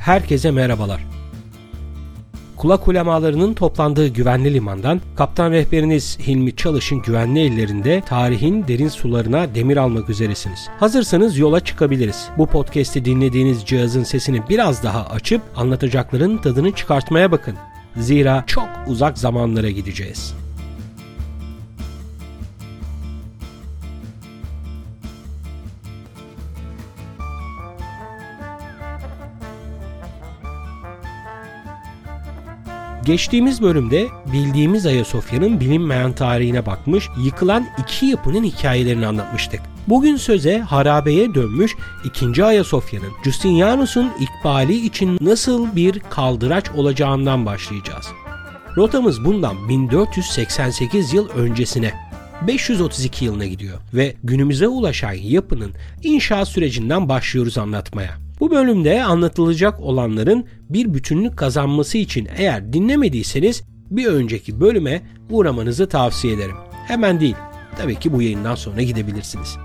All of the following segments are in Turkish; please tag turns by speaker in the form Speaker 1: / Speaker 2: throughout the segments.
Speaker 1: Herkese merhabalar. Kulak ulemalarının toplandığı güvenli limandan kaptan rehberiniz Hilmi Çalış'ın güvenli ellerinde tarihin derin sularına demir almak üzeresiniz. Hazırsanız yola çıkabiliriz. Bu podcast'i dinlediğiniz cihazın sesini biraz daha açıp anlatacakların tadını çıkartmaya bakın. Zira çok uzak zamanlara gideceğiz. Geçtiğimiz bölümde bildiğimiz Ayasofya'nın bilinmeyen tarihine bakmış, yıkılan iki yapının hikayelerini anlatmıştık. Bugün söze harabeye dönmüş 2. Ayasofya'nın Justinianus'un ikbali için nasıl bir kaldıraç olacağından başlayacağız. Rotamız bundan 1488 yıl öncesine, 532 yılına gidiyor ve günümüze ulaşan yapının inşa sürecinden başlıyoruz anlatmaya. Bu bölümde anlatılacak olanların bir bütünlük kazanması için eğer dinlemediyseniz bir önceki bölüme uğramanızı tavsiye ederim. Hemen değil, tabii ki bu yayından sonra gidebilirsiniz.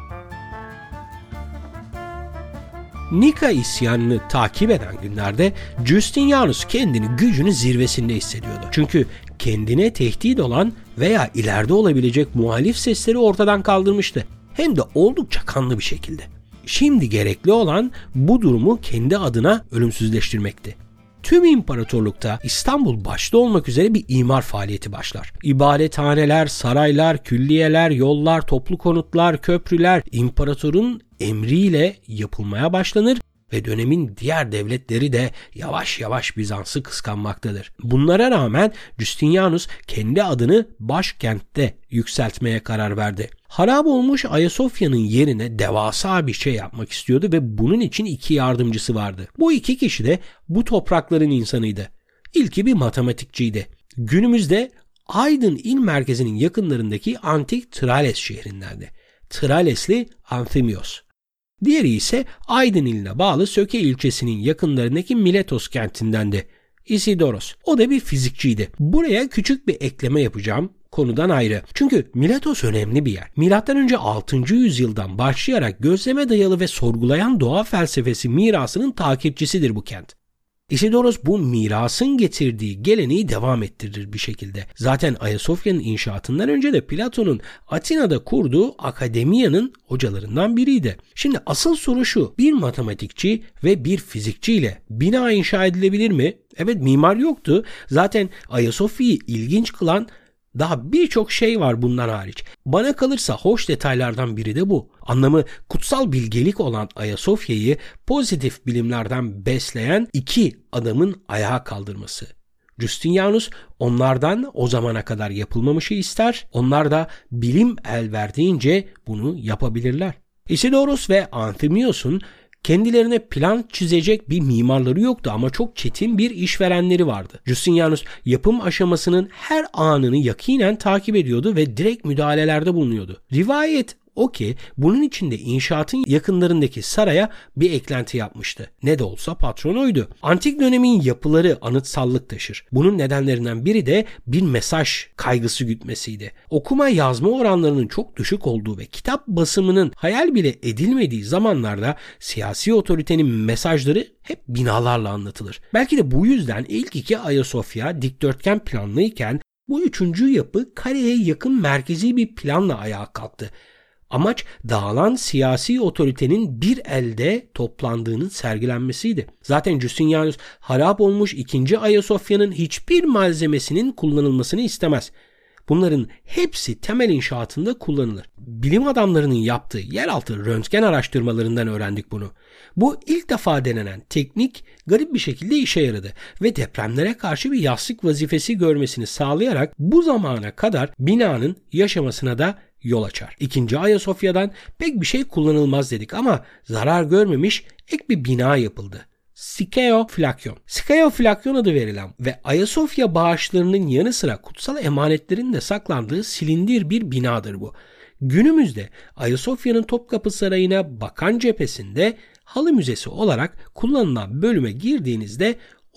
Speaker 1: Nika isyanını takip eden günlerde Justinianus kendini gücünün zirvesinde hissediyordu. Çünkü kendine tehdit olan veya ileride olabilecek muhalif sesleri ortadan kaldırmıştı. Hem de oldukça kanlı bir şekilde. Şimdi gerekli olan bu durumu kendi adına ölümsüzleştirmekti. Tüm imparatorlukta İstanbul başta olmak üzere bir imar faaliyeti başlar. İbadethaneler, saraylar, külliyeler, yollar, toplu konutlar, köprüler imparatorun emriyle yapılmaya başlanır ve dönemin diğer devletleri de yavaş yavaş Bizans'ı kıskanmaktadır. Bunlara rağmen Justinianus kendi adını başkentte yükseltmeye karar verdi. Harap olmuş Ayasofya'nın yerine devasa bir şey yapmak istiyordu ve bunun için 2 yardımcısı vardı. Bu 2 kişi de bu toprakların insanıydı. İlki bir matematikçiydi. Günümüzde Aydın il merkezinin yakınlarındaki antik Tralles şehrindendi. Trallesli Anthemios. Diğeri ise Aydın iline bağlı Söke ilçesinin yakınlarındaki Miletos kentindendi. Isidoros. O da bir fizikçiydi. Buraya küçük bir ekleme yapacağım. Konudan ayrı. Çünkü Miletos önemli bir yer. Milattan önce 6. yüzyıldan başlayarak gözleme dayalı ve sorgulayan doğa felsefesi mirasının takipçisidir bu kent. Isidoros bu mirasın getirdiği geleneği devam ettirir bir şekilde. Zaten Ayasofya'nın inşaatından önce de Platon'un Atina'da kurduğu akademiyanın hocalarından biriydi. Şimdi asıl soru şu: bir matematikçi ve bir fizikçiyle bina inşa edilebilir mi? Evet, mimar yoktu. Zaten Ayasofya'yı ilginç kılan daha birçok şey var bundan hariç. Bana kalırsa hoş detaylardan biri de bu. Anlamı kutsal bilgelik olan Ayasofya'yı pozitif bilimlerden besleyen 2 adamın ayağa kaldırması. Justinianus onlardan o zamana kadar yapılmamışı ister. Onlar da bilim el verdiğince bunu yapabilirler. Isidoros ve Anthemios'un kendilerine plan çizecek bir mimarları yoktu ama çok çetin bir işverenleri vardı. Justinianus yapım aşamasının her anını yakinen takip ediyordu ve direkt müdahalelerde bulunuyordu. Rivayet o ki bunun için de inşaatın yakınlarındaki saraya bir eklenti yapmıştı. Ne de olsa patron oydu. Antik dönemin yapıları anıtsallık taşır. Bunun nedenlerinden biri de bir mesaj kaygısı gütmesiydi. Okuma yazma oranlarının çok düşük olduğu ve kitap basımının hayal bile edilmediği zamanlarda siyasi otoritenin mesajları hep binalarla anlatılır. Belki de bu yüzden ilk 2 Ayasofya dikdörtgen planlıyken bu 3. yapı kareye yakın merkezi bir planla ayağa kalktı. Amaç dağılan siyasi otoritenin bir elde toplandığının sergilenmesiydi. Zaten Justinianus harap olmuş 2. Ayasofya'nın hiçbir malzemesinin kullanılmasını istemez. Bunların hepsi temel inşaatında kullanılır. Bilim adamlarının yaptığı yeraltı röntgen araştırmalarından öğrendik bunu. Bu ilk defa denenen teknik garip bir şekilde işe yaradı ve depremlere karşı bir yastık vazifesi görmesini sağlayarak bu zamana kadar binanın yaşamasına da yol açar. 2. Ayasofya'dan pek bir şey kullanılmaz dedik ama zarar görmemiş ek bir bina yapıldı. Skeoflakyon. Skeoflakyon adı verilen ve Ayasofya bağışlarının yanı sıra kutsal emanetlerin de saklandığı silindir bir binadır bu. Günümüzde Ayasofya'nın Topkapı Sarayı'na bakan cephesinde halı müzesi olarak kullanılan bölüme girdiğinizde onu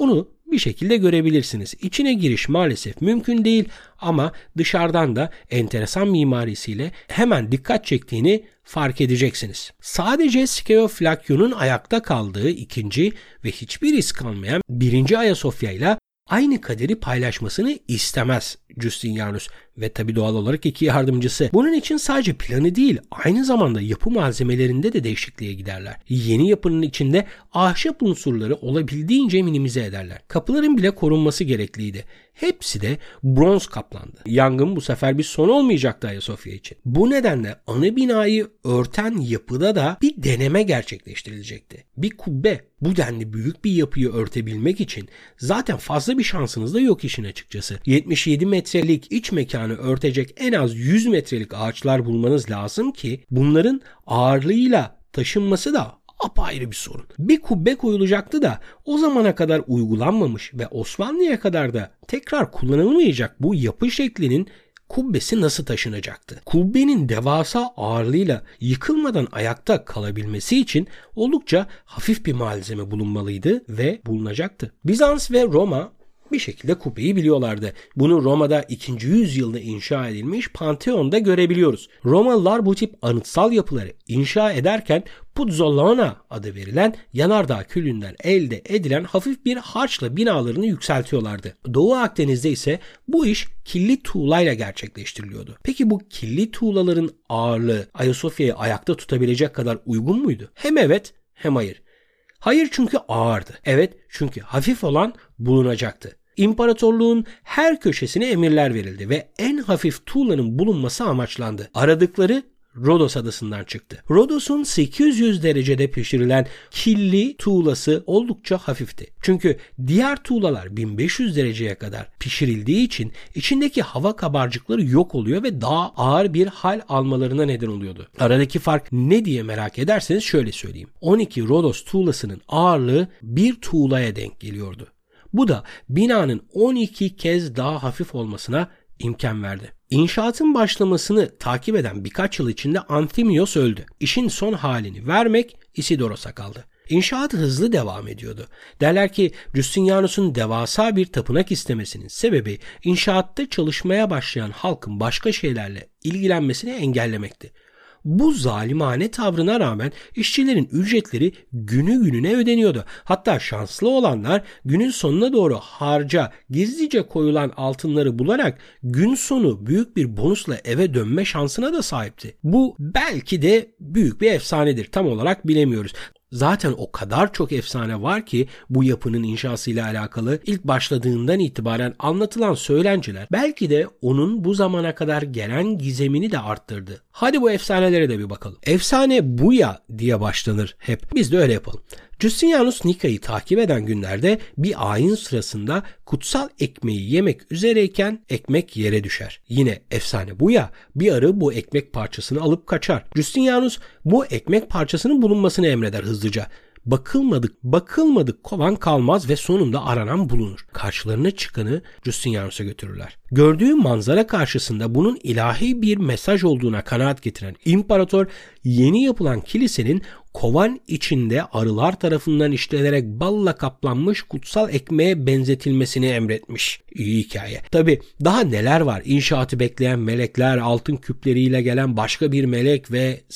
Speaker 1: bir şekilde görebilirsiniz. İçine giriş maalesef mümkün değil ama dışarıdan da enteresan mimarisiyle hemen dikkat çektiğini fark edeceksiniz. Sadece Skeoflakyon'un ayakta kaldığı ikinci ve hiçbir risk almayan birinci Ayasofya ile aynı kaderi paylaşmasını istemez Justinianus ve tabi doğal olarak iki yardımcısı. Bunun için sadece planı değil, aynı zamanda yapı malzemelerinde de değişikliğe giderler. Yeni yapının içinde ahşap unsurları olabildiğince minimize ederler. Kapıların bile korunması gerekliydi. Hepsi de bronz kaplandı. Yangın bu sefer bir son olmayacaktı Ayasofya için. Bu nedenle ana binayı örten yapıda da bir deneme gerçekleştirilecekti. Bir kubbe, bu denli büyük bir yapıyı örtebilmek için zaten fazla bir şansınız da yok işin açıkçası. 77 metrelik iç mekanı örtecek en az 100 metrelik ağaçlar bulmanız lazım ki bunların ağırlığıyla taşınması da apayrı bir sorun. Bir kubbe koyulacaktı da o zamana kadar uygulanmamış ve Osmanlı'ya kadar da tekrar kullanılmayacak bu yapı şeklinin kubbesi nasıl taşınacaktı? Kubbenin devasa ağırlığıyla yıkılmadan ayakta kalabilmesi için oldukça hafif bir malzeme bulunmalıydı ve bulunacaktı. Bizans ve Roma bir şekilde kubbeyi biliyorlardı. Bunu Roma'da 2. yüzyılda inşa edilmiş Pantheon'da görebiliyoruz. Romalılar bu tip anıtsal yapıları inşa ederken puzzolana adı verilen yanardağ külünden elde edilen hafif bir harçla binalarını yükseltiyorlardı. Doğu Akdeniz'de ise bu iş killi tuğlayla gerçekleştiriliyordu. Peki bu killi tuğlaların ağırlığı Ayasofya'yı ayakta tutabilecek kadar uygun muydu? Hem evet hem hayır. Hayır çünkü ağırdı. Evet çünkü hafif olan bulunacaktı. İmparatorluğun her köşesine emirler verildi ve en hafif tuğlanın bulunması amaçlandı. Aradıkları Rodos adasından çıktı. Rodos'un 800 derecede pişirilen killi tuğlası oldukça hafifti. Çünkü diğer tuğlalar 1500 dereceye kadar pişirildiği için içindeki hava kabarcıkları yok oluyor ve daha ağır bir hal almalarına neden oluyordu. Aradaki fark ne diye merak ederseniz şöyle söyleyeyim. 12 Rodos tuğlasının ağırlığı bir tuğlaya denk geliyordu. Bu da binanın 12 kez daha hafif olmasına imkan verdi. İnşaatın başlamasını takip eden birkaç yıl içinde Anthemios öldü. İşin son halini vermek Isidoros'a kaldı. İnşaat hızlı devam ediyordu. Derler ki Justinianus'un devasa bir tapınak istemesinin sebebi inşaatta çalışmaya başlayan halkın başka şeylerle ilgilenmesini engellemekti. Bu zalimane tavrına rağmen işçilerin ücretleri günü gününe ödeniyordu. Hatta şanslı olanlar günün sonuna doğru harca gizlice koyulan altınları bularak gün sonu büyük bir bonusla eve dönme şansına da sahipti. Bu belki de büyük bir efsanedir. Tam olarak bilemiyoruz. Zaten o kadar çok efsane var ki bu yapının inşasıyla alakalı ilk başladığından itibaren anlatılan söylenceler belki de onun bu zamana kadar gelen gizemini de arttırdı. Hadi bu efsanelere de bir bakalım. Efsane bu ya diye başlanır hep. Biz de öyle yapalım. Justinianus Nika'yı takip eden günlerde bir ayin sırasında kutsal ekmeği yemek üzereyken ekmek yere düşer. Yine efsane bu ya, bir arı bu ekmek parçasını alıp kaçar. Justinianus bu ekmek parçasının bulunmasını emreder hızlıca. Bakılmadık kovan kalmaz ve sonunda aranan bulunur. Karşılarına çıkanı Justinianus'a götürürler. Gördüğü manzara karşısında bunun ilahi bir mesaj olduğuna kanaat getiren imparator yeni yapılan kilisenin kovan içinde arılar tarafından işlenerek balla kaplanmış kutsal ekmeğe benzetilmesini emretmiş. İyi hikaye. Tabi daha neler var? İnşaatı bekleyen melekler, altın küpleriyle gelen başka bir melek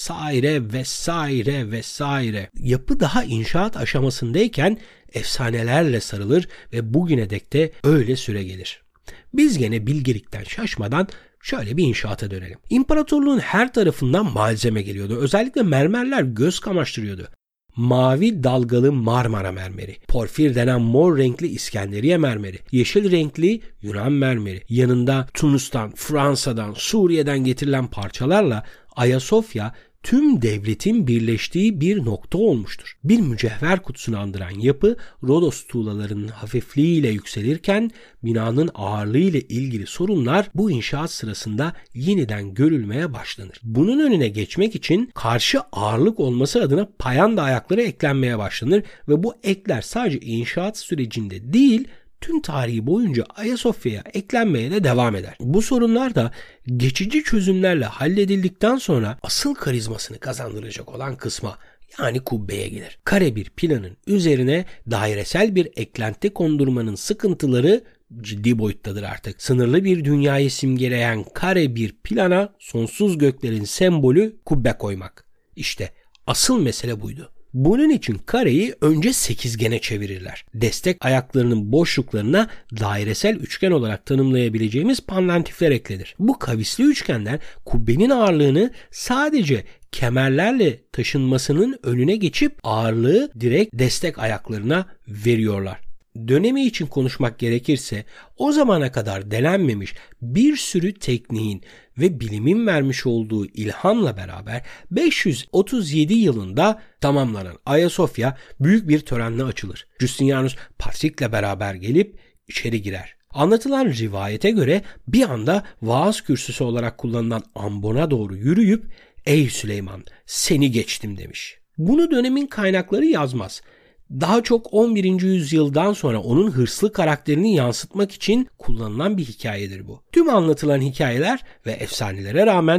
Speaker 1: vesaire. Yapı daha inşaat aşamasındayken efsanelerle sarılır ve bugüne dek de öyle süre gelir. Biz gene bilgelikten şaşmadan şöyle bir inşaata dönelim. İmparatorluğun her tarafından malzeme geliyordu. Özellikle mermerler göz kamaştırıyordu. Mavi dalgalı Marmara mermeri, porfir denen mor renkli İskenderiye mermeri, yeşil renkli Yunan mermeri, yanında Tunus'tan, Fransa'dan, Suriye'den getirilen parçalarla Ayasofya tüm devletin birleştiği bir nokta olmuştur. Bir mücevher kutusunu andıran yapı Rodos tuğlalarının hafifliğiyle yükselirken binanın ağırlığı ile ilgili sorunlar bu inşaat sırasında yeniden görülmeye başlanır. Bunun önüne geçmek için karşı ağırlık olması adına payanda ayakları eklenmeye başlanır ve bu ekler sadece inşaat sürecinde değil, tüm tarihi boyunca Ayasofya'ya eklenmeye de devam eder. Bu sorunlar da geçici çözümlerle halledildikten sonra asıl karizmasını kazandıracak olan kısma, yani kubbeye gelir. Kare bir planın üzerine dairesel bir eklenti kondurmanın sıkıntıları ciddi boyuttadır artık. Sınırlı bir dünyayı simgeleyen kare bir plana sonsuz göklerin sembolü kubbe koymak. İşte asıl mesele buydu. Bunun için kareyi önce sekizgene çevirirler. Destek ayaklarının boşluklarına dairesel üçgen olarak tanımlayabileceğimiz pandantifler eklenir. Bu kavisli üçgenler kubbenin ağırlığını sadece kemerlerle taşınmasının önüne geçip ağırlığı direkt destek ayaklarına veriyorlar. Dönemi için konuşmak gerekirse o zamana kadar denenmemiş bir sürü tekniğin ve bilimin vermiş olduğu ilhamla beraber 537 yılında tamamlanan Ayasofya büyük bir törenle açılır. Justinianus Patrik'le beraber gelip içeri girer. Anlatılan rivayete göre bir anda vaaz kürsüsü olarak kullanılan ambona doğru yürüyüp "Ey Süleyman, seni geçtim" demiş. Bunu dönemin kaynakları yazmaz. Daha çok 11. yüzyıldan sonra onun hırslı karakterini yansıtmak için kullanılan bir hikayedir bu. Tüm anlatılan hikayeler ve efsanelere rağmen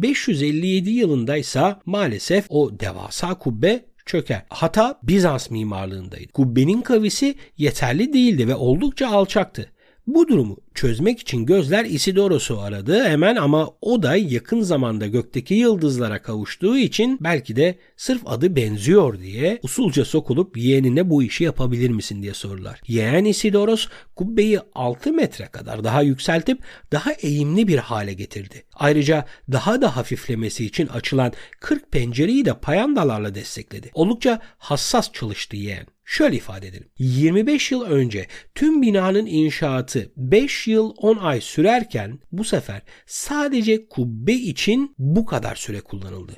Speaker 1: 557 yılında ise maalesef o devasa kubbe çöker. Hatta Bizans mimarlığındaydı. Kubbenin kavisi yeterli değildi ve oldukça alçaktı. Bu durumu çözmek için gözler Isidoros'u aradı hemen ama o da yakın zamanda gökteki yıldızlara kavuştuğu için belki de sırf adı benziyor diye usulca sokulup yeğenine bu işi yapabilir misin diye sordular. Yeğen Isidoros kubbeyi 6 metre kadar daha yükseltip daha eğimli bir hale getirdi. Ayrıca daha da hafiflemesi için açılan 40 pencereyi de payandalarla destekledi. Oldukça hassas çalıştı yeğen. Şöyle ifade edelim. 25 yıl önce tüm binanın inşaatı 5 yıl 10 ay sürerken bu sefer sadece kubbe için bu kadar süre kullanıldı.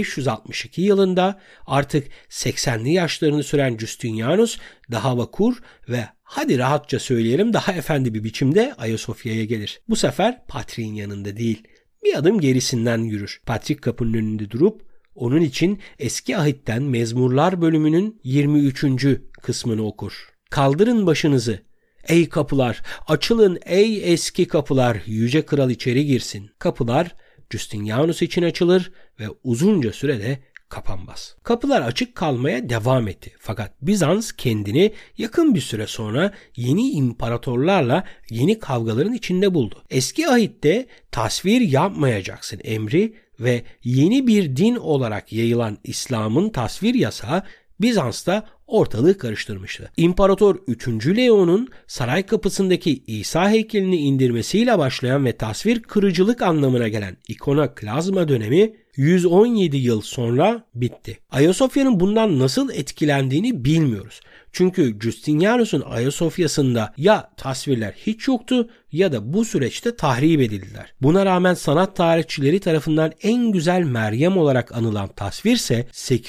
Speaker 1: 562 yılında artık 80'li yaşlarını süren Justinianus daha vakur ve hadi rahatça söyleyelim daha efendi bir biçimde Ayasofya'ya gelir. Bu sefer Patrik'in yanında değil, bir adım gerisinden yürür. Patrik kapının önünde durup onun için Eski Ahit'ten Mezmurlar bölümünün 23. kısmını okur. Kaldırın başınızı ey kapılar, açılın ey eski kapılar, yüce kral içeri girsin. Kapılar Justinianus için açılır ve uzunca sürede kapanmaz. Kapılar açık kalmaya devam etti. Fakat Bizans kendini yakın bir süre sonra yeni imparatorlarla yeni kavgaların içinde buldu. Eski Ahit'te tasvir yapmayacaksın emri ve yeni bir din olarak yayılan İslam'ın tasvir yasağı Bizans'ta ortalığı karıştırmıştı. İmparator 3. Leon'un saray kapısındaki İsa heykelini indirmesiyle başlayan ve tasvir kırıcılık anlamına gelen ikonoklazma dönemi 117 yıl sonra bitti. Ayasofya'nın bundan nasıl etkilendiğini bilmiyoruz. Çünkü Justinianus'un Ayasofya'sında ya tasvirler hiç yoktu ya da bu süreçte tahrip edildiler. Buna rağmen sanat tarihçileri tarafından en güzel Meryem olarak anılan tasvirse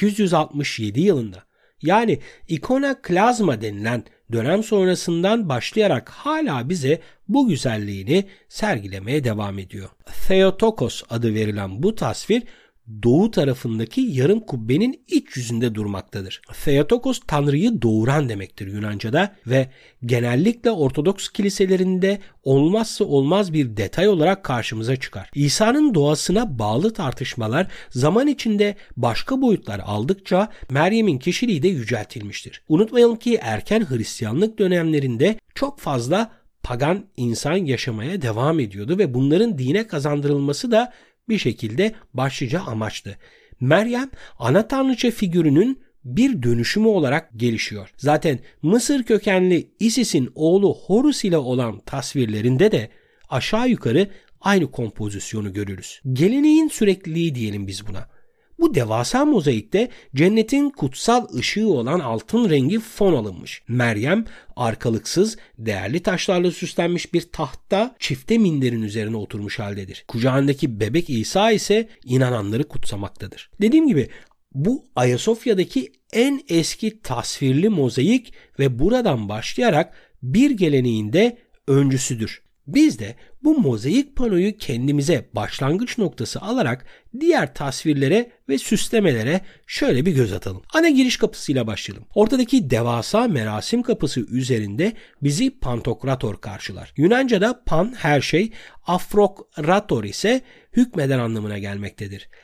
Speaker 1: 867 yılında. Yani ikonoklazma denilen dönem sonrasından başlayarak hala bize bu güzelliğini sergilemeye devam ediyor. Theotokos adı verilen bu tasvir doğu tarafındaki yarım kubbenin iç yüzünde durmaktadır. Theotokos Tanrı'yı doğuran demektir Yunanca'da ve genellikle Ortodoks kiliselerinde olmazsa olmaz bir detay olarak karşımıza çıkar. İsa'nın doğasına bağlı tartışmalar zaman içinde başka boyutlar aldıkça Meryem'in kişiliği de yüceltilmiştir. Unutmayalım ki erken Hristiyanlık dönemlerinde çok fazla pagan insan yaşamaya devam ediyordu ve bunların dine kazandırılması da bir şekilde başlıca amaçtı. Meryem ana tanrıça figürünün bir dönüşümü olarak gelişiyor. Zaten Mısır kökenli Isis'in oğlu Horus ile olan tasvirlerinde de aşağı yukarı aynı kompozisyonu görürüz. Geleneğin sürekliliği diyelim biz buna. Bu devasa mozaikte cennetin kutsal ışığı olan altın rengi fon alınmış. Meryem arkalıksız değerli taşlarla süslenmiş bir tahtta çifte minderin üzerine oturmuş haldedir. Kucağındaki bebek İsa ise inananları kutsamaktadır. Dediğim gibi bu Ayasofya'daki en eski tasvirli mozaik ve buradan başlayarak bir geleneğin de öncüsüdür. Biz de bu mozaik panoyu kendimize başlangıç noktası alarak diğer tasvirlere ve süslemelere şöyle bir göz atalım. Ana giriş kapısıyla başlayalım. Ortadaki devasa merasim kapısı üzerinde bizi Pantokrator karşılar. Yunanca'da pan her şey, afrokrator ise hükmeden anlamına gelmektedir.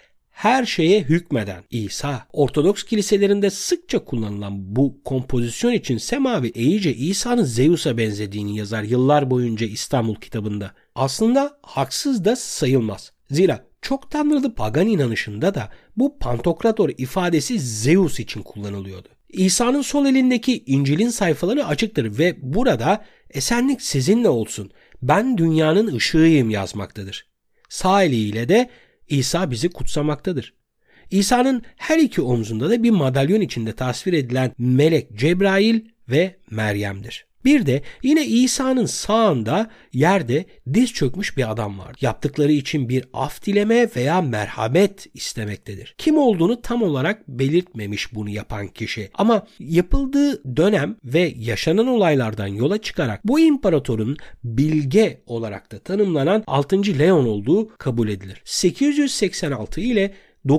Speaker 1: her şeye hükmeden İsa. Ortodoks kiliselerinde sıkça kullanılan bu kompozisyon için Semavi eyice İsa'nın Zeus'a benzediğini yazar yıllar boyunca İstanbul kitabında. Aslında haksız da sayılmaz. Zira çok tanrılı pagan inanışında da bu Pantokrator ifadesi Zeus için kullanılıyordu. İsa'nın sol elindeki İncil'in sayfaları açıktır ve burada esenlik sizinle olsun, ben dünyanın ışığıyım yazmaktadır. Sağ eliyle de İsa bizi kutsamaktadır. İsa'nın her iki omzunda da bir madalyon içinde tasvir edilen melek Cebrail ve Meryem'dir. Bir de yine İsa'nın sağında yerde diz çökmüş bir adam var. Yaptıkları için bir af dileme veya merhamet istemektedir. Kim olduğunu tam olarak belirtmemiş bunu yapan kişi. Ama yapıldığı dönem ve yaşanan olaylardan yola çıkarak bu imparatorun bilge olarak da tanımlanan 6. Leon olduğu kabul edilir. 886 ile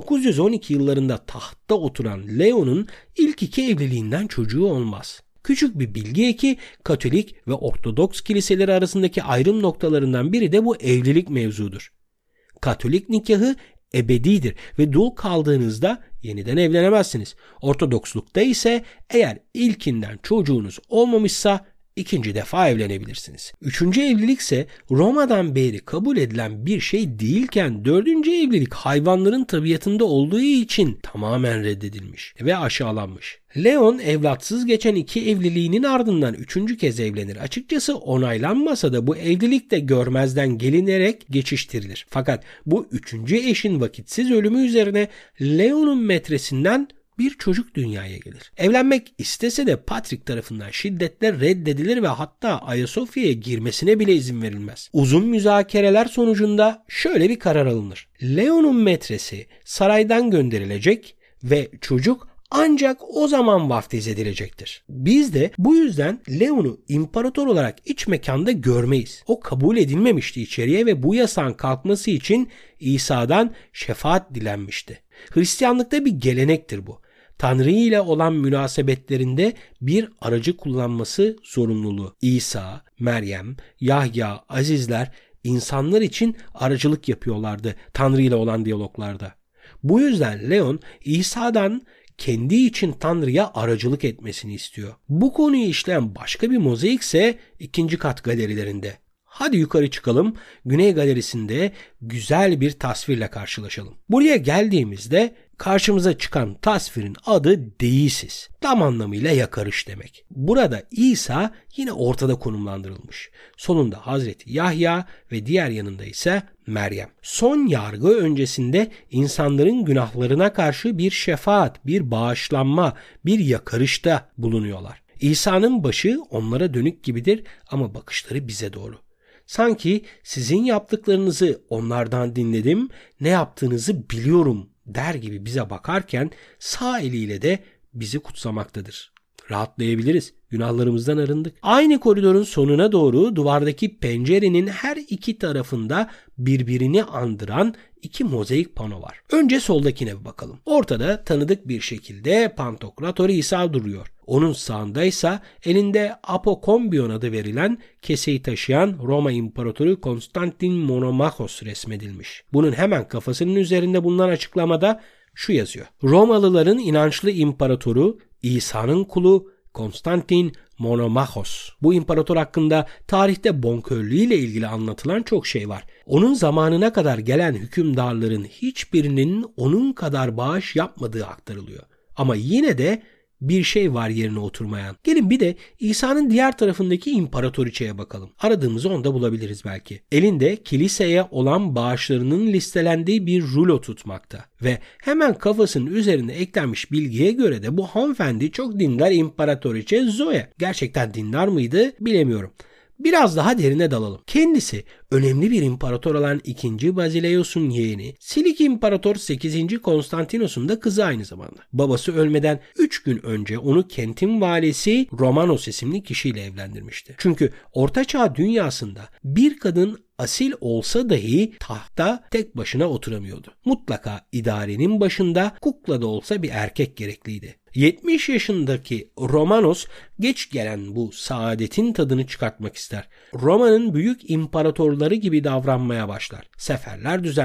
Speaker 1: 912 yıllarında tahtta oturan Leon'un ilk iki evliliğinden çocuğu olmaz. Küçük bir bilgi eki, Katolik ve Ortodoks kiliseleri arasındaki ayrım noktalarından biri de bu evlilik mevzudur. Katolik nikahı ebedidir ve dul kaldığınızda yeniden evlenemezsiniz. Ortodokslukta ise eğer ilkinden çocuğunuz olmamışsa ikinci defa evlenebilirsiniz. Üçüncü evlilik ise Roma'dan beri kabul edilen bir şey değilken dördüncü evlilik hayvanların tabiatında olduğu için tamamen reddedilmiş ve aşağılanmış. Leon evlatsız geçen iki evliliğinin ardından üçüncü kez evlenir. Açıkçası onaylanmasa da bu evlilik de görmezden gelinerek geçiştirilir. Fakat bu üçüncü eşin vakitsiz ölümü üzerine Leon'un metresinden bir çocuk dünyaya gelir. Evlenmek istese de Patrick tarafından şiddetle reddedilir ve hatta Ayasofya'ya girmesine bile izin verilmez. Uzun müzakereler sonucunda şöyle bir karar alınır. Leon'un metresi saraydan gönderilecek ve çocuk ancak o zaman vaftiz edilecektir. Biz de bu yüzden Leon'u imparator olarak iç mekanda görmeyiz. O kabul edilmemişti içeriye ve bu yasağın kalkması için İsa'dan şefaat dilenmişti. Hristiyanlıkta bir gelenektir bu. Tanrı ile olan münasebetlerinde bir aracı kullanması zorunluluğu. İsa, Meryem, Yahya, Azizler insanlar için aracılık yapıyorlardı Tanrı ile olan diyaloglarda. Bu yüzden Leon İsa'dan kendi için Tanrı'ya aracılık etmesini istiyor. Bu konuyu işleyen başka bir mozaik ise ikinci kat galerilerinde. Hadi yukarı çıkalım, Güney Galerisi'nde güzel bir tasvirle karşılaşalım. Buraya geldiğimizde karşımıza çıkan tasvirin adı Deisis. Tam anlamıyla yakarış demek. Burada İsa yine ortada konumlandırılmış. Solunda Hazreti Yahya ve diğer yanında ise Meryem. Son yargı öncesinde insanların günahlarına karşı bir şefaat, bir bağışlanma, bir yakarışta bulunuyorlar. İsa'nın başı onlara dönük gibidir ama bakışları bize doğru. Sanki sizin yaptıklarınızı onlardan dinledim, ne yaptığınızı biliyorum der gibi bize bakarken sağ eliyle de bizi kutsamaktadır. Rahatlayabiliriz. Günahlarımızdan arındık. Aynı koridorun sonuna doğru duvardaki pencerenin her iki tarafında birbirini andıran iki mozaik pano var. Önce soldakine bir bakalım. Ortada tanıdık bir şekilde Pantokrator İsa duruyor. Onun sağındaysa elinde Apokombion adı verilen keseyi taşıyan Roma İmparatoru Konstantin Monomachos resmedilmiş. Bunun hemen kafasının üzerinde bulunan açıklamada şu yazıyor. Romalıların inançlı imparatoru İsa'nın kulu Konstantin Monomachos. Bu imparator hakkında tarihte bonkörlüğüyle ilgili anlatılan çok şey var. Onun zamanına kadar gelen hükümdarların hiçbirinin onun kadar bağış yapmadığı aktarılıyor. Ama yine de bir şey var yerine oturmayan. Gelin bir de İsa'nın diğer tarafındaki imparatoriçeye bakalım. Aradığımızı onda bulabiliriz belki. Elinde kiliseye olan bağışlarının listelendiği bir rulo tutmakta. Ve hemen kafasının üzerine eklenmiş bilgiye göre de bu hanımefendi çok dindar imparatoriçe Zoe. Gerçekten dindar mıydı bilemiyorum. Biraz daha derine dalalım. Kendisi önemli bir imparator olan 2. Basileus'un yeğeni, Silik İmparator 8. Konstantinos'un da kızı aynı zamanda. Babası ölmeden 3 gün önce onu kentin valisi Romanos isimli kişiyle evlendirmişti. Çünkü Ortaçağ dünyasında bir kadın asil olsa dahi tahta tek başına oturamıyordu. Mutlaka idarenin başında kukla da olsa bir erkek gerekliydi. 70 yaşındaki Romanos geç gelen bu saadetin tadını çıkartmak ister. Roma'nın büyük imparatorları gibi davranmaya başlar. Seferler düzenler.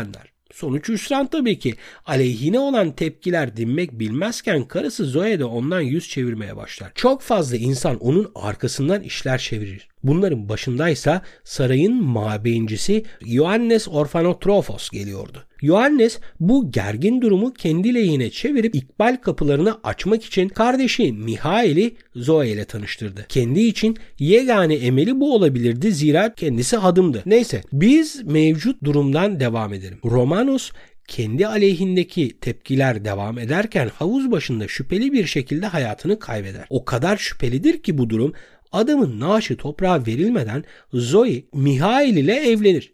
Speaker 1: Sonuç hüsran tabii ki. Aleyhine olan tepkiler dinmek bilmezken karısı Zoe de ondan yüz çevirmeye başlar. Çok fazla insan onun arkasından işler çevirir. Bunların başındaysa sarayın mabeyincisi Ioannes Orfanotrofos geliyordu. Ioannes bu gergin durumu kendi lehine çevirip ikbal kapılarını açmak için kardeşi Mihail'i Zoe ile tanıştırdı. Kendi için yegane emeli bu olabilirdi, zira kendisi hadımdı. Neyse, biz mevcut durumdan devam edelim. Romanos kendi aleyhindeki tepkiler devam ederken havuz başında şüpheli bir şekilde hayatını kaybeder. O kadar şüphelidir ki bu durum, adamın naaşı toprağa verilmeden Zoe Mihail ile evlenir.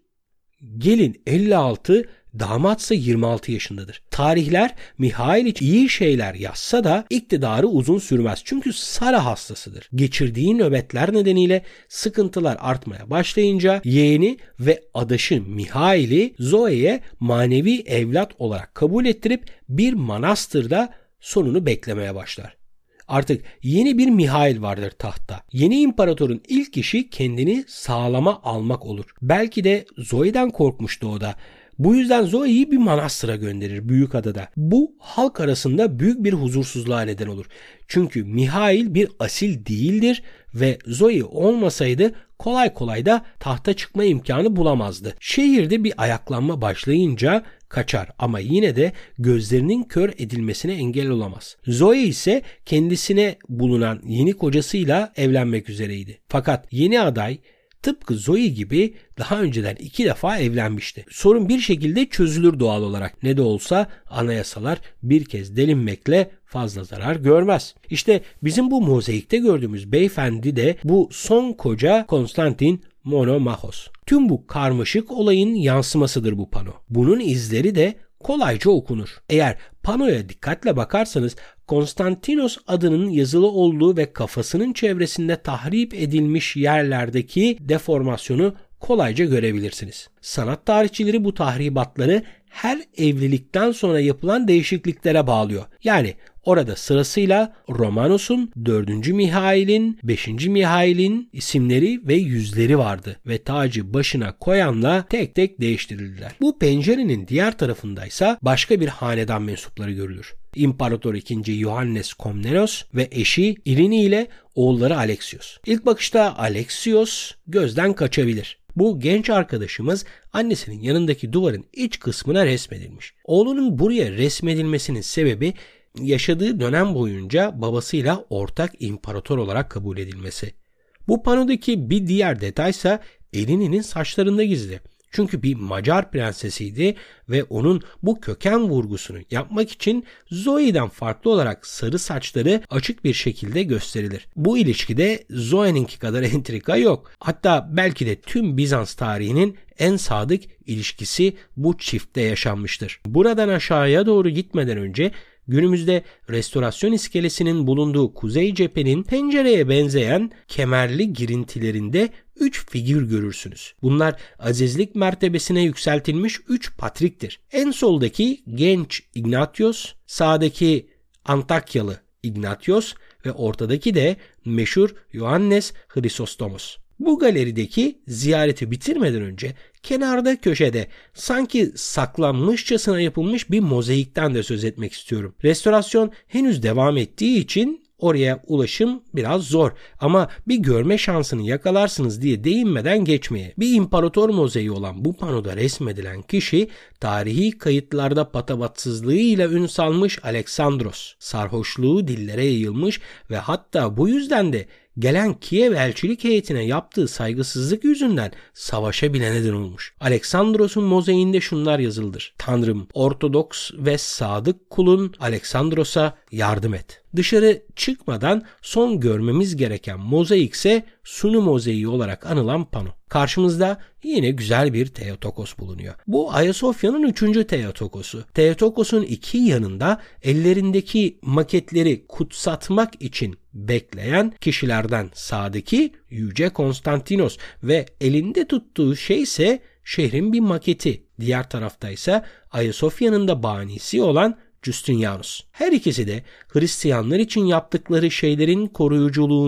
Speaker 1: Gelin 56, damatsa 26 yaşındadır. Tarihler Mihail için iyi şeyler yazsa da iktidarı uzun sürmez. Çünkü Sara hastasıdır. Geçirdiği nöbetler nedeniyle sıkıntılar artmaya başlayınca yeğeni ve adaşı Mihail'i Zoe'ye manevi evlat olarak kabul ettirip bir manastırda sonunu beklemeye başlar. Artık yeni bir Mihail vardır tahtta. Yeni imparatorun ilk işi kendini sağlama almak olur. Belki de Zoe'den korkmuştu o da. Bu yüzden Zoe'yi bir manastıra gönderir Büyükada'da. Bu halk arasında büyük bir huzursuzluğa neden olur. Çünkü Mihail bir asil değildir ve Zoe olmasaydı kolay kolay da tahta çıkma imkanı bulamazdı. Şehirde bir ayaklanma başlayınca kaçar ama yine de gözlerinin kör edilmesine engel olamaz. Zoe ise kendisine bulunan yeni kocasıyla evlenmek üzereydi. Fakat yeni aday tıpkı Zoe gibi daha önceden 2 defa evlenmişti. Sorun bir şekilde çözülür doğal olarak. Ne de olsa anayasalar bir kez delinmekle fazla zarar görmez. İşte bizim bu mozaikte gördüğümüz beyefendi de bu son koca Konstantin Monomachos. Tüm bu karmaşık olayın yansımasıdır bu pano. Bunun izleri de kolayca okunur. Eğer panoya dikkatle bakarsanız Konstantinos adının yazılı olduğu ve kafasının çevresinde tahrip edilmiş yerlerdeki deformasyonu kolayca görebilirsiniz. Sanat tarihçileri bu tahribatları her evlilikten sonra yapılan değişikliklere bağlıyor. Yani orada sırasıyla Romanos'un, 4. Mihail'in, 5. Mihail'in isimleri ve yüzleri vardı ve tacı başına koyanla tek tek değiştirildiler. Bu pencerenin diğer tarafındaysa başka bir hanedan mensupları görülür. İmparator II. Ioannes Komnenos ve eşi Irini ile oğulları Alexios. İlk bakışta Alexios gözden kaçabilir. Bu genç arkadaşımız annesinin yanındaki duvarın iç kısmına resmedilmiş. Oğlunun buraya resmedilmesinin sebebi yaşadığı dönem boyunca babasıyla ortak imparator olarak kabul edilmesi. Bu panodaki bir diğer detaysa Irini'nin saçlarında gizli. Çünkü bir Macar prensesiydi ve onun bu köken vurgusunu yapmak için Zoe'den farklı olarak sarı saçları açık bir şekilde gösterilir. Bu ilişkide Zoe'ninki kadar entrika yok. Hatta belki de tüm Bizans tarihinin en sadık ilişkisi bu çiftte yaşanmıştır. Buradan aşağıya doğru gitmeden önce günümüzde restorasyon iskelesinin bulunduğu kuzey cephenin pencereye benzeyen kemerli girintilerinde 3 figür görürsünüz. Bunlar azizlik mertebesine yükseltilmiş 3 patriktir. En soldaki genç Ignatios, sağdaki Antakyalı Ignatios ve ortadaki de meşhur Ioannes Chrysostomos. Bu galerideki ziyareti bitirmeden önce kenarda köşede sanki saklanmışçasına yapılmış bir mozaikten de söz etmek istiyorum. Restorasyon henüz devam ettiği için oraya ulaşım biraz zor ama bir görme şansını yakalarsınız diye değinmeden geçmeye. Bir imparator mozaiği olan bu panoda resmedilen kişi tarihi kayıtlarda patavatsızlığıyla ün salmış Aleksandros. Sarhoşluğu dillere yayılmış ve hatta bu yüzden de gelen Kiev elçilik heyetine yaptığı saygısızlık yüzünden savaşa bile neden olmuş. Aleksandros'un mozaiğinde şunlar yazılıdır: Tanrım, Ortodoks ve sadık kulun Aleksandros'a yardım et. Dışarı çıkmadan son görmemiz gereken mozaik ise Sunu mozaiği olarak anılan pano. Karşımızda yine güzel bir Theotokos bulunuyor. Bu Ayasofya'nın 3. Theotokosu. Theotokos'un iki yanında ellerindeki maketleri kutsatmak için bekleyen kişilerden sağdaki Yüce Konstantinos ve elinde tuttuğu şey ise şehrin bir maketi. Diğer tarafta ise Ayasofya'nın da banisi olan Justinianus. Her ikisi de Hristiyanlar için yaptıkları şeylerin koruyuculuğunu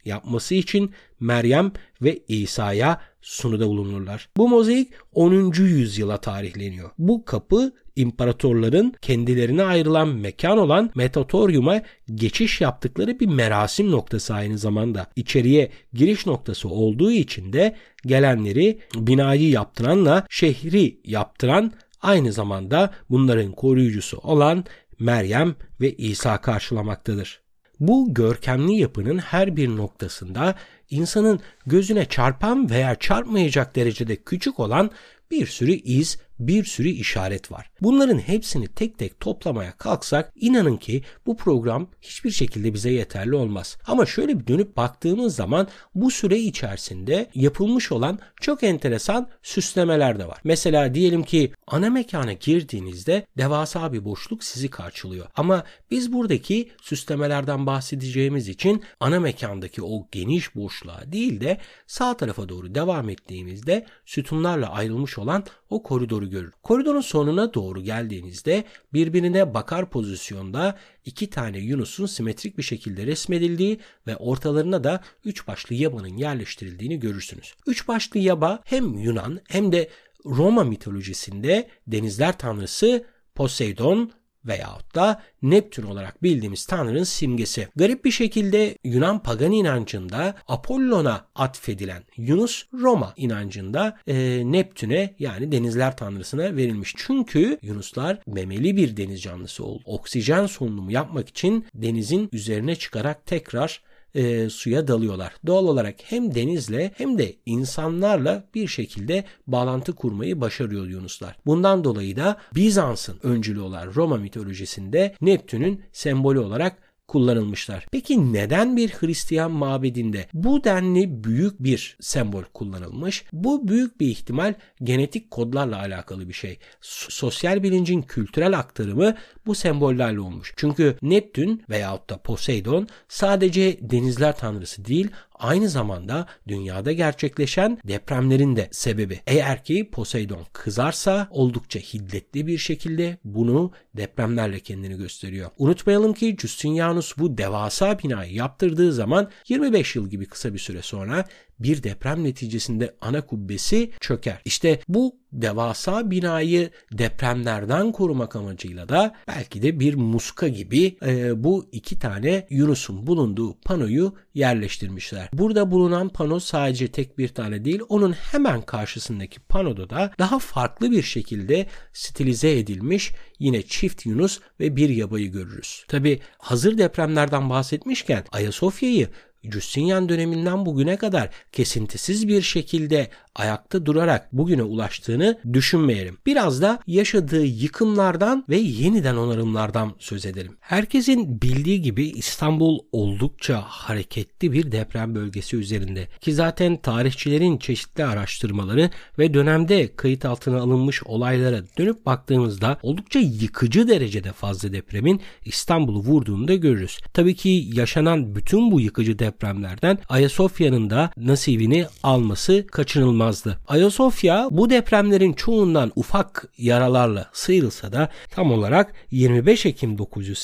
Speaker 1: yapması için Meryem ve İsa'ya sunuda bulunurlar. Bu mozaik 10. yüzyıla tarihleniyor. Bu kapı imparatorların kendilerine ayrılan mekan olan Metatorium'a geçiş yaptıkları bir merasim noktası aynı zamanda. İçeriye giriş noktası olduğu için de gelenleri binayı yaptıranla şehri yaptıran, aynı zamanda bunların koruyucusu olan Meryem ve İsa karşılamaktadır. Bu görkemli yapının her bir noktasında insanın gözüne çarpan veya çarpmayacak derecede küçük olan bir sürü iz, bir sürü işaret var. Bunların hepsini tek tek toplamaya kalksak inanın ki bu program hiçbir şekilde bize yeterli olmaz. Ama şöyle bir dönüp baktığımız zaman bu süre içerisinde yapılmış olan çok enteresan süslemeler de var. Mesela diyelim ki ana mekana girdiğinizde devasa bir boşluk sizi karşılıyor. Ama biz buradaki süslemelerden bahsedeceğimiz için ana mekandaki o geniş boşluğa değil de sağ tarafa doğru devam ettiğimizde sütunlarla ayrılmış olan o koridoru görür. Koridorun sonuna doğru geldiğinizde birbirine bakar pozisyonda 2 tane Yunus'un simetrik bir şekilde resmedildiği ve ortalarına da 3 başlı yabanın yerleştirildiğini görürsünüz. 3 başlı yaba hem Yunan hem de Roma mitolojisinde denizler tanrısı Poseidon veyahut da Neptün olarak bildiğimiz tanrının simgesi. Garip bir şekilde Yunan pagan inancında Apollon'a atfedilen Yunus, Roma inancında Neptün'e yani denizler tanrısına verilmiş. Çünkü Yunuslar memeli bir deniz canlısı oldu. Oksijen solunumu yapmak için denizin üzerine çıkarak tekrar suya dalıyorlar. Doğal olarak hem denizle hem de insanlarla bir şekilde bağlantı kurmayı başarıyor Yunuslar. Bundan dolayı da Bizans'ın öncülü olan Roma mitolojisinde Neptün'ün sembolü olarak kullanılmışlar. Peki neden bir Hristiyan mabedinde bu denli büyük bir sembol kullanılmış? Bu büyük bir ihtimal genetik kodlarla alakalı bir şey. Sosyal bilincin kültürel aktarımı bu sembollerle olmuş. Çünkü Neptün veyahut da Poseidon sadece denizler tanrısı değil, aynı zamanda dünyada gerçekleşen depremlerin de sebebi. Eğer ki Poseidon kızarsa oldukça hiddetli bir şekilde bunu depremlerle kendini gösteriyor. Unutmayalım ki Justinianus bu devasa binayı yaptırdığı zaman 25 yıl gibi kısa bir süre sonra bir deprem neticesinde ana kubbesi çöker. İşte bu devasa binayı depremlerden korumak amacıyla da belki de bir muska gibi bu 2 tane Yunus'un bulunduğu panoyu yerleştirmişler. Burada bulunan pano sadece tek bir tane değil, onun hemen karşısındaki panoda da daha farklı bir şekilde stilize edilmiş yine çift Yunus ve bir yabayı görürüz. Tabi hazır depremlerden bahsetmişken Ayasofya'yı Justinian döneminden bugüne kadar kesintisiz bir şekilde ayakta durarak bugüne ulaştığını düşünmeyelim. Biraz da yaşadığı yıkımlardan ve yeniden onarımlardan söz edelim. Herkesin bildiği gibi İstanbul oldukça hareketli bir deprem bölgesi üzerinde ki zaten tarihçilerin çeşitli araştırmaları ve dönemde kayıt altına alınmış olaylara dönüp baktığımızda oldukça yıkıcı derecede fazla depremin İstanbul'u vurduğunu da görürüz. Tabii ki yaşanan bütün bu yıkıcı depremlerden Ayasofya'nın da nasibini alması kaçınılmazdı. Ayasofya bu depremlerin çoğundan ufak yaralarla sıyrılsa da tam olarak 25 Ekim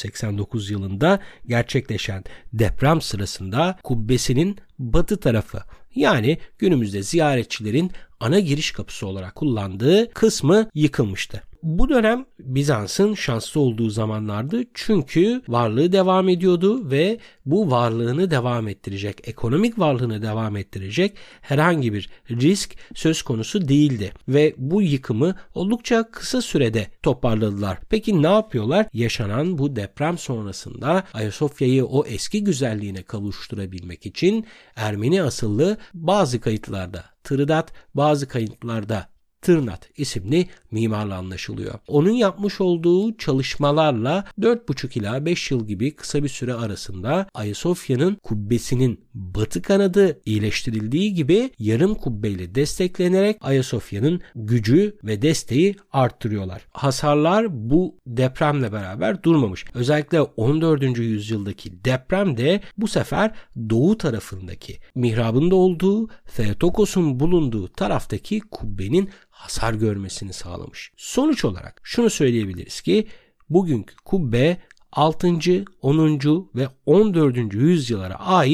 Speaker 1: 989 yılında gerçekleşen deprem sırasında kubbesinin batı tarafı, yani günümüzde ziyaretçilerin ana giriş kapısı olarak kullandığı kısmı yıkılmıştı. Bu dönem Bizans'ın şanslı olduğu zamanlardı çünkü varlığı devam ediyordu ve bu varlığını devam ettirecek, ekonomik varlığını devam ettirecek herhangi bir risk söz konusu değildi ve bu yıkımı oldukça kısa sürede toparladılar. Peki ne yapıyorlar? Yaşanan bu deprem sonrasında Ayasofya'yı o eski güzelliğine kavuşturabilmek için Ermeni asıllı bazı kayıtlarda Tırdat, bazı kayıtlarda Tırnat isimli mimarla anlaşılıyor. Onun yapmış olduğu çalışmalarla 4,5 ila 5 yıl gibi kısa bir süre arasında Ayasofya'nın kubbesinin batı kanadı iyileştirildiği gibi yarım kubbeyle desteklenerek Ayasofya'nın gücü ve desteği arttırıyorlar. Hasarlar bu depremle beraber durmamış. Özellikle 14. yüzyıldaki deprem de bu sefer doğu tarafındaki mihrabın da olduğu Theotokos'un bulunduğu taraftaki kubbenin hasar görmesini sağlamış. Sonuç olarak şunu söyleyebiliriz ki bugünkü kubbe 6. 10. ve 14. yüzyıllara ait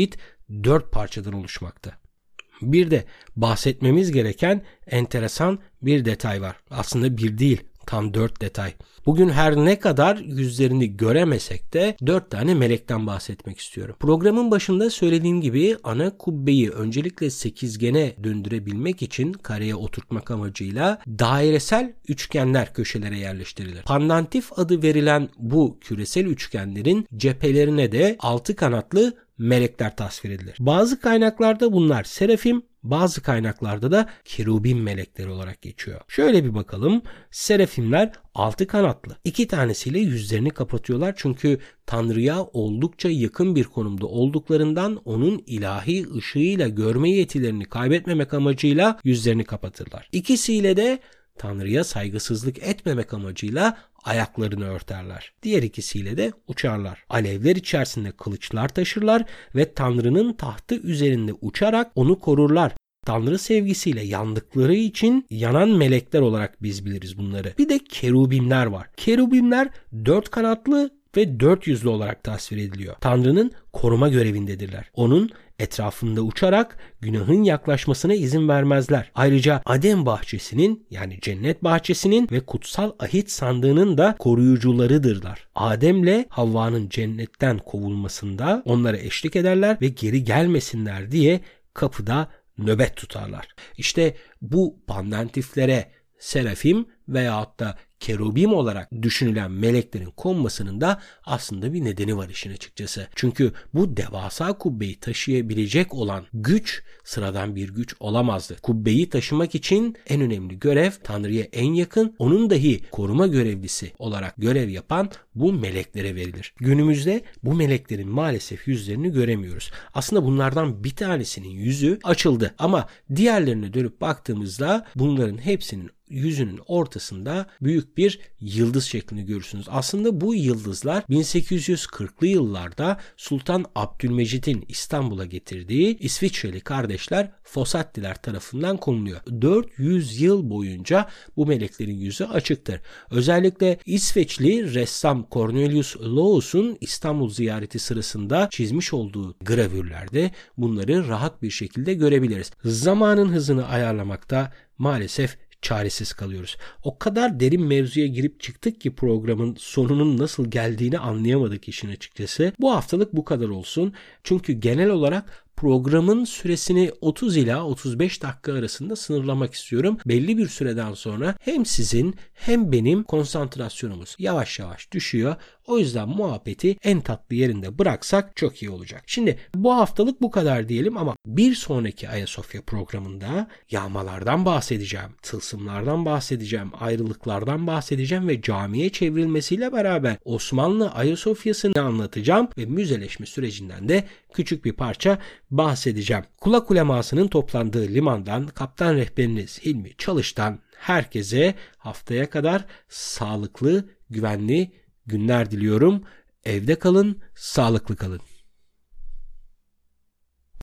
Speaker 1: 4 parçadan oluşmakta. Bir de bahsetmemiz gereken enteresan bir detay var. Aslında bir değil, tam 4 detay. Bugün her ne kadar yüzlerini göremesek de 4 tane melekten bahsetmek istiyorum. Programın başında söylediğim gibi ana kubbeyi öncelikle sekizgene döndürebilmek için kareye oturtmak amacıyla dairesel üçgenler köşelere yerleştirilir. Pandantif adı verilen bu küresel üçgenlerin cephelerine de 6 kanatlı melekler tasvir edilir. Bazı kaynaklarda bunlar serafim, bazı kaynaklarda da kerubim melekleri olarak geçiyor. Şöyle bir bakalım. Serafimler 6 kanatlı. 2 tanesiyle yüzlerini kapatıyorlar çünkü Tanrı'ya oldukça yakın bir konumda olduklarından onun ilahi ışığıyla görme yetilerini kaybetmemek amacıyla yüzlerini kapatırlar. İkisiyle de Tanrı'ya saygısızlık etmemek amacıyla ayaklarını örterler. Diğer ikisiyle de uçarlar. Alevler içerisinde kılıçlar taşırlar ve Tanrı'nın tahtı üzerinde uçarak onu korurlar. Tanrı sevgisiyle yandıkları için yanan melekler olarak biz biliriz bunları. Bir de kerubimler var. Kerubimler 4 kanatlı ve 4 yüzlü olarak tasvir ediliyor. Tanrı'nın koruma görevindedirler. Onun etrafında uçarak günahın yaklaşmasına izin vermezler. Ayrıca Adem bahçesinin yani cennet bahçesinin ve kutsal ahit sandığının da koruyucularıdırlar. Adem'le Havva'nın cennetten kovulmasında onlara eşlik ederler ve geri gelmesinler diye kapıda nöbet tutarlar. İşte bu pandantiflere serafim veyahut da kerubim olarak düşünülen meleklerin konmasının da aslında bir nedeni var işin açıkçası. Çünkü bu devasa kubbeyi taşıyabilecek olan güç sıradan bir güç olamazdı. Kubbeyi taşımak için en önemli görev Tanrı'ya en yakın, onun dahi koruma görevlisi olarak görev yapan bu meleklere verilir. Günümüzde bu meleklerin maalesef yüzlerini göremiyoruz. Aslında bunlardan bir tanesinin yüzü açıldı ama diğerlerine dönüp baktığımızda bunların hepsinin yüzünün ortasında büyük bir yıldız şeklini görürsünüz. Aslında bu yıldızlar 1840'lı yıllarda Sultan Abdülmecit'in İstanbul'a getirdiği İsviçreli kardeşler Fossatiler tarafından konuluyor. 400 yıl boyunca bu meleklerin yüzü açıktır. Özellikle İsveçli ressam Cornelius Loos'un İstanbul ziyareti sırasında çizmiş olduğu gravürlerde bunları rahat bir şekilde görebiliriz. Zamanın hızını ayarlamakta maalesef çaresiz kalıyoruz. O kadar derin mevzuya girip çıktık ki programın sonunun nasıl geldiğini anlayamadık işin açıkçası. Bu haftalık bu kadar olsun. Çünkü genel olarak programın süresini 30 ila 35 dakika arasında sınırlamak istiyorum. Belli bir süreden sonra hem sizin hem benim konsantrasyonumuz yavaş yavaş düşüyor. O yüzden muhabbeti en tatlı yerinde bıraksak çok iyi olacak. Şimdi bu haftalık bu kadar diyelim ama bir sonraki Ayasofya programında yağmalardan bahsedeceğim, tılsımlardan bahsedeceğim, ayrılıklardan bahsedeceğim ve camiye çevrilmesiyle beraber Osmanlı Ayasofya'sını anlatacağım ve müzeleşme sürecinden de küçük bir parça bahsedeceğim. Kulak ulemasının toplandığı limandan kaptan rehberiniz Hilmi Çalış'tan herkese haftaya kadar sağlıklı, güvenli günler diliyorum. Evde kalın, sağlıklı kalın.